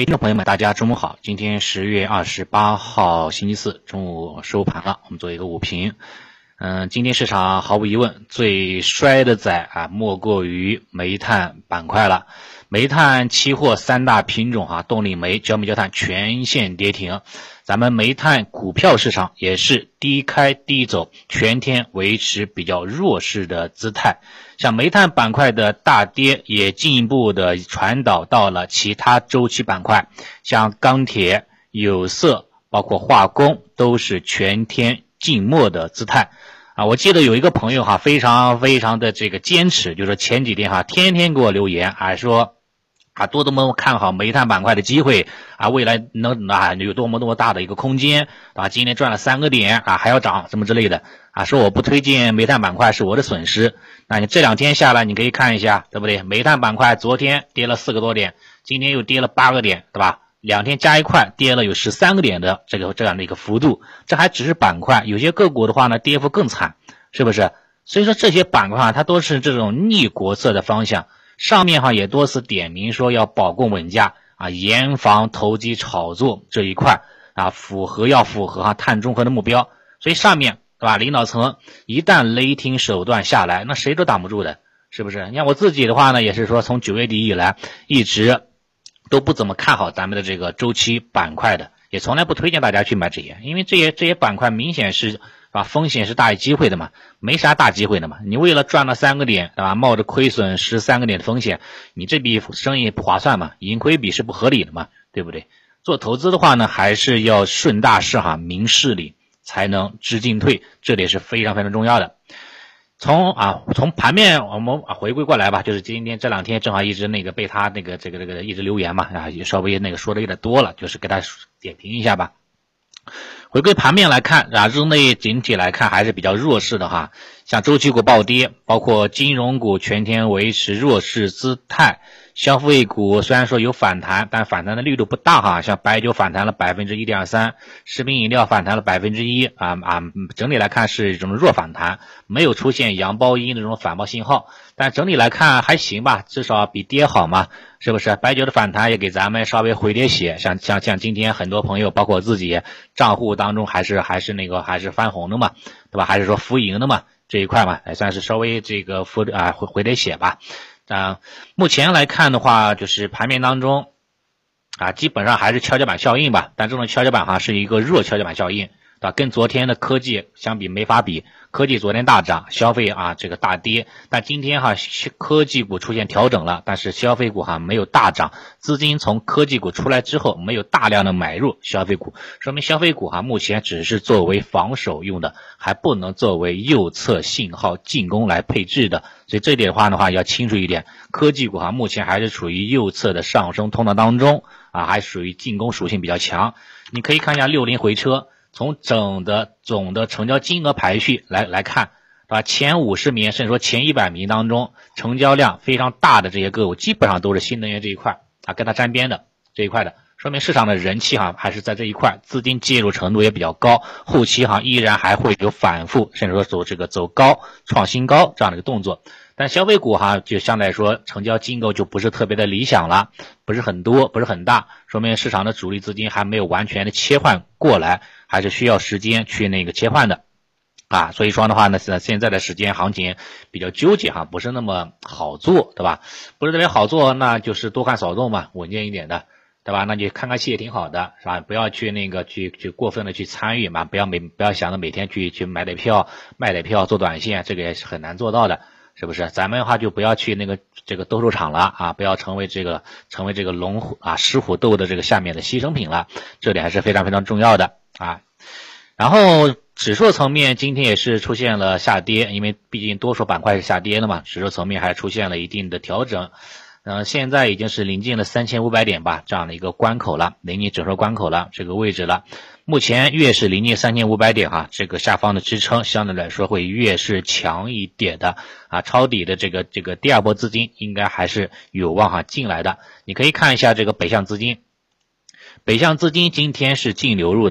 听众朋友们，大家中午好。今天10月28号星期四中午收盘了，我们做一个午评。今天市场毫无疑问最衰的仔莫过于煤炭板块了。煤炭期货三大品种动力煤、焦煤、焦炭全线跌停。咱们煤炭股票市场也是低开低走，全天维持比较弱势的姿态。像煤炭板块的大跌也进一步的传导到了其他周期板块，像钢铁、有色包括化工都是全天静默的姿态。我记得有一个朋友非常的这个坚持，就是前几天天天给我留言说多么看好煤炭板块的机会未来能有多么大的一个空间今天赚了3个点还要涨什么之类的说我不推荐煤炭板块是我的损失。那你这2天下来你可以看一下，对不对？煤炭板块昨天跌了4个多点，今天又跌了8个点，对吧？2天加一块跌了有13个点的这样的一个幅度，这还只是板块，有些个股的话呢跌幅更惨，是不是？所以说这些板块它都是这种逆国策的方向。上面也多次点名说要保供稳价严防投机炒作这一块符合碳中和的目标。所以上面对吧，领导层一旦雷霆手段下来，那谁都挡不住的，是不是？你看我自己的话呢，也是说从9月底以来一直都不怎么看好咱们的这个周期板块的，也从来不推荐大家去买这些，因为这些板块明显是风险是大于机会的嘛，没啥大机会的嘛。你为了赚了3个点，对吧？冒着亏损13个点的风险，你这笔生意不划算嘛，盈亏比是不合理的嘛，对不对？做投资的话呢，还是要顺大势明事理，才能知进退，这点是非常重要的。从盘面我们回归过来吧，就是今天这2天正好一直被他一直留言嘛也稍微说的有点多了，就是给他点评一下吧。回归盘面来看日内整体来看还是比较弱势的像周期股暴跌，包括金融股全天维持弱势姿态，消费股虽然说有反弹，但反弹的力度不大像白酒反弹了 1.23%， 食品饮料反弹了 1%整体来看是一种弱反弹，没有出现阳包阴的这种反包信号，但整体来看还行吧，至少比跌好嘛，是不是？白酒的反弹也给咱们稍微回点血，像今天很多朋友包括我自己账户当中还是翻红的嘛，对吧？还是说浮盈的嘛，这一块嘛也算是稍微回点血吧。目前来看的话，就是盘面当中基本上还是跷跷板效应吧，但这种跷跷板是一个弱跷跷板效应，对吧？跟昨天的科技相比没法比，科技昨天大涨，消费这个大跌，但今天科技股出现调整了，但是消费股没有大涨，资金从科技股出来之后没有大量的买入消费股，说明消费股目前只是作为防守用的，还不能作为右侧信号进攻来配置的，所以这点的话要清楚一点，科技股目前还是处于右侧的上升通道当中还属于进攻属性比较强。你可以看一下60回车，从总的成交金额排序来看，前50名甚至说前100名当中成交量非常大的这些个股基本上都是新能源这一块跟它沾边的这一块的，说明市场的人气还是在这一块，资金介入程度也比较高，后期依然还会有反复甚至说走高创新高这样的一个动作。但消费股就相对来说成交金额就不是特别的理想了，不是很多，不是很大，说明市场的主力资金还没有完全的切换过来，还是需要时间去切换的所以说的话呢，现在的时间行情比较纠结不是那么好做，对吧？不是特别好做，那就是多看少动嘛，稳健一点的，对吧？那你看戏也挺好的，是吧？不要去去过分的去参与嘛，不要想着每天去买点票卖点票做短线，这个也是很难做到的，是不是？咱们的话就不要去这个斗兽场了不要成为这个龙虎狮虎斗的这个下面的牺牲品了，这点还是非常重要的然后指数层面今天也是出现了下跌，因为毕竟多数板块是下跌的嘛，指数层面还出现了一定的调整。现在已经是临近了3500点吧，这样的一个关口了，临近整数关口了，这个位置了。目前越是临近3500点这个下方的支撑相对来说会越是强一点的抄底的这个第2波资金应该还是有望进来的。你可以看一下这个北向资金今天是净流入的，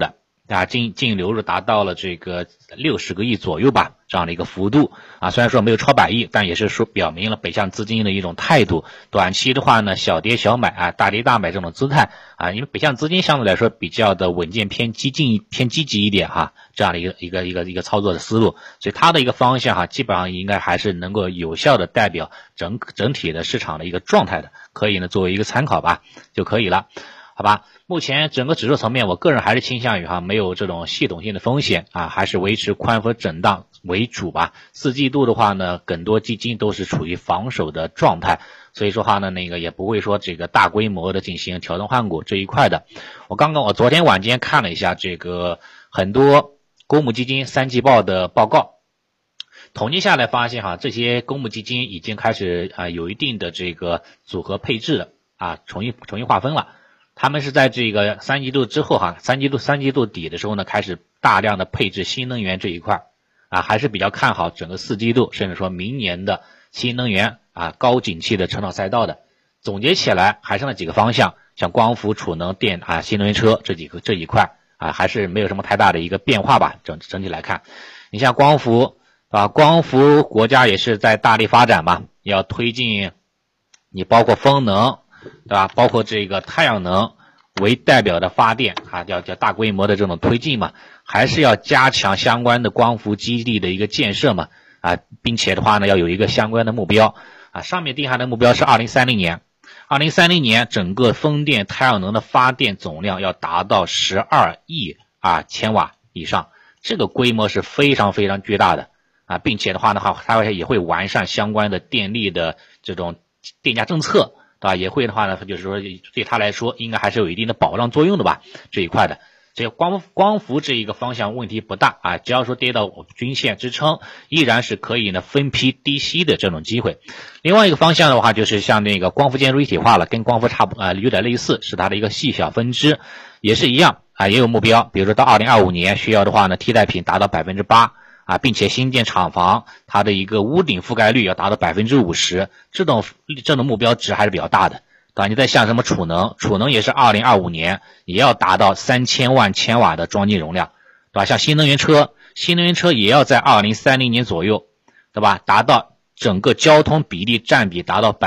啊，净流入达到了这个60个亿左右吧，这样的一个幅度啊，虽然说没有超100亿，但也是说表明了北向资金的一种态度。短期的话呢，小跌小买啊，大跌大买这种姿态啊，因为北向资金相对来说比较的稳健偏积极一点哈，这样的一个操作的思路，所以它的一个方向哈，基本上应该还是能够有效的代表整体的市场的一个状态的，可以呢作为一个参考吧就可以了。好吧，目前整个指数层面，我个人还是倾向于没有这种系统性的风险啊，还是维持宽幅震荡为主吧。4季度的话呢，更多基金都是处于防守的状态，所以说那个也不会说这个大规模的进行调整换股这一块的。我昨天晚间看了一下这个很多公募基金3季报的报告，统计下来发现这些公募基金已经开始有一定的这个组合配置了啊，重新划分了。他们是在这个3季度之后3季度底的时候呢，开始大量的配置新能源这一块啊，还是比较看好整个4季度，甚至说明年的新能源啊高景气的成长赛道的。总结起来还是那几个方向，像光伏、储能、电啊、新能源车这一块啊，还是没有什么太大的一个变化吧。整体来看，你像光伏啊，光伏国家也是在大力发展嘛，要推进你包括风能。对吧？包括这个太阳能为代表的发电啊，叫大规模的这种推进嘛，还是要加强相关的光伏基地的一个建设嘛啊，并且的话呢，要有一个相关的目标啊。上面定下的目标是2030年整个风电、太阳能的发电总量要达到12亿千瓦以上，这个规模是非常非常巨大的啊，并且的话它也会完善相关的电力的这种电价政策。对吧？也会的话呢，就是说对他来说应该还是有一定的保障作用的吧，这一块的。所以光伏这一个方向问题不大啊，只要说跌到均线支撑，依然是可以呢分批低吸的这种机会。另外一个方向的话，就是像那个光伏建筑一体化了，跟光伏有点类似，是它的一个细小分支，也是一样啊，也有目标，比如说到2025年需要的话呢，替代品达到8%。啊，并且新建厂房，它的一个屋顶覆盖率要达到50%，这种目标值还是比较大的，对吧？你再像什么储能也是2025年也要达到3000万千瓦的装机容量，对吧？像新能源车也要在2030年左右，对吧？达到整个交通比例占比达到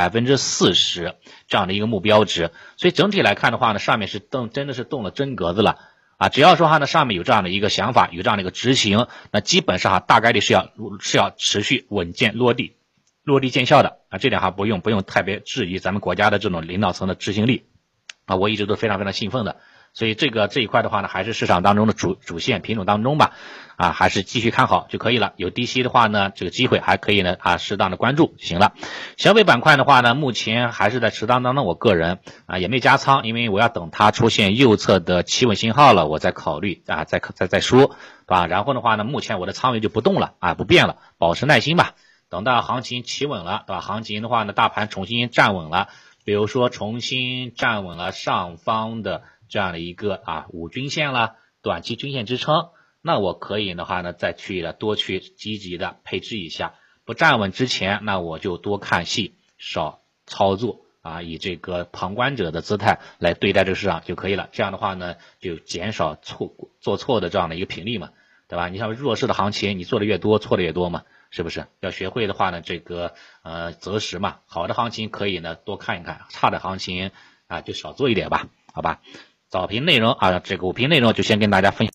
40%这样的一个目标值，所以整体来看的话呢，上面是真的是动了真格子了。啊，只要说上面有这样的一个想法，有这样的一个执行，那基本上大概率是要持续稳健落地见效的啊，这点不用特别质疑咱们国家的这种领导层的执行力啊，我一直都非常非常兴奋的。所以这一块的话呢，还是市场当中的主线品种当中吧，啊，还是继续看好就可以了。有低吸的话呢，这个机会还可以呢适当的关注就行了。消费板块的话呢，目前还是在适当当中，我个人也没加仓，因为我要等它出现右侧的企稳信号了，我再考虑再说，对吧？然后的话呢，目前我的仓位就不动了不变了，保持耐心吧。等到行情企稳了，对吧？行情的话呢，大盘重新站稳了，比如说重新站稳了上方的这样的一个5均线了，短期均线支撑，那我可以的话呢，再多去积极的配置一下。不站稳之前，那我就多看戏，少操作以这个旁观者的姿态来对待这个市场就可以了。这样的话呢，就减少做错的这样的一个频率嘛，对吧？你像弱势的行情，你做的越多，错的越多嘛，是不是？要学会的话呢，这个择时嘛，好的行情可以呢多看一看，差的行情就少做一点吧，好吧？早评内容这个午评内容就先跟大家分享。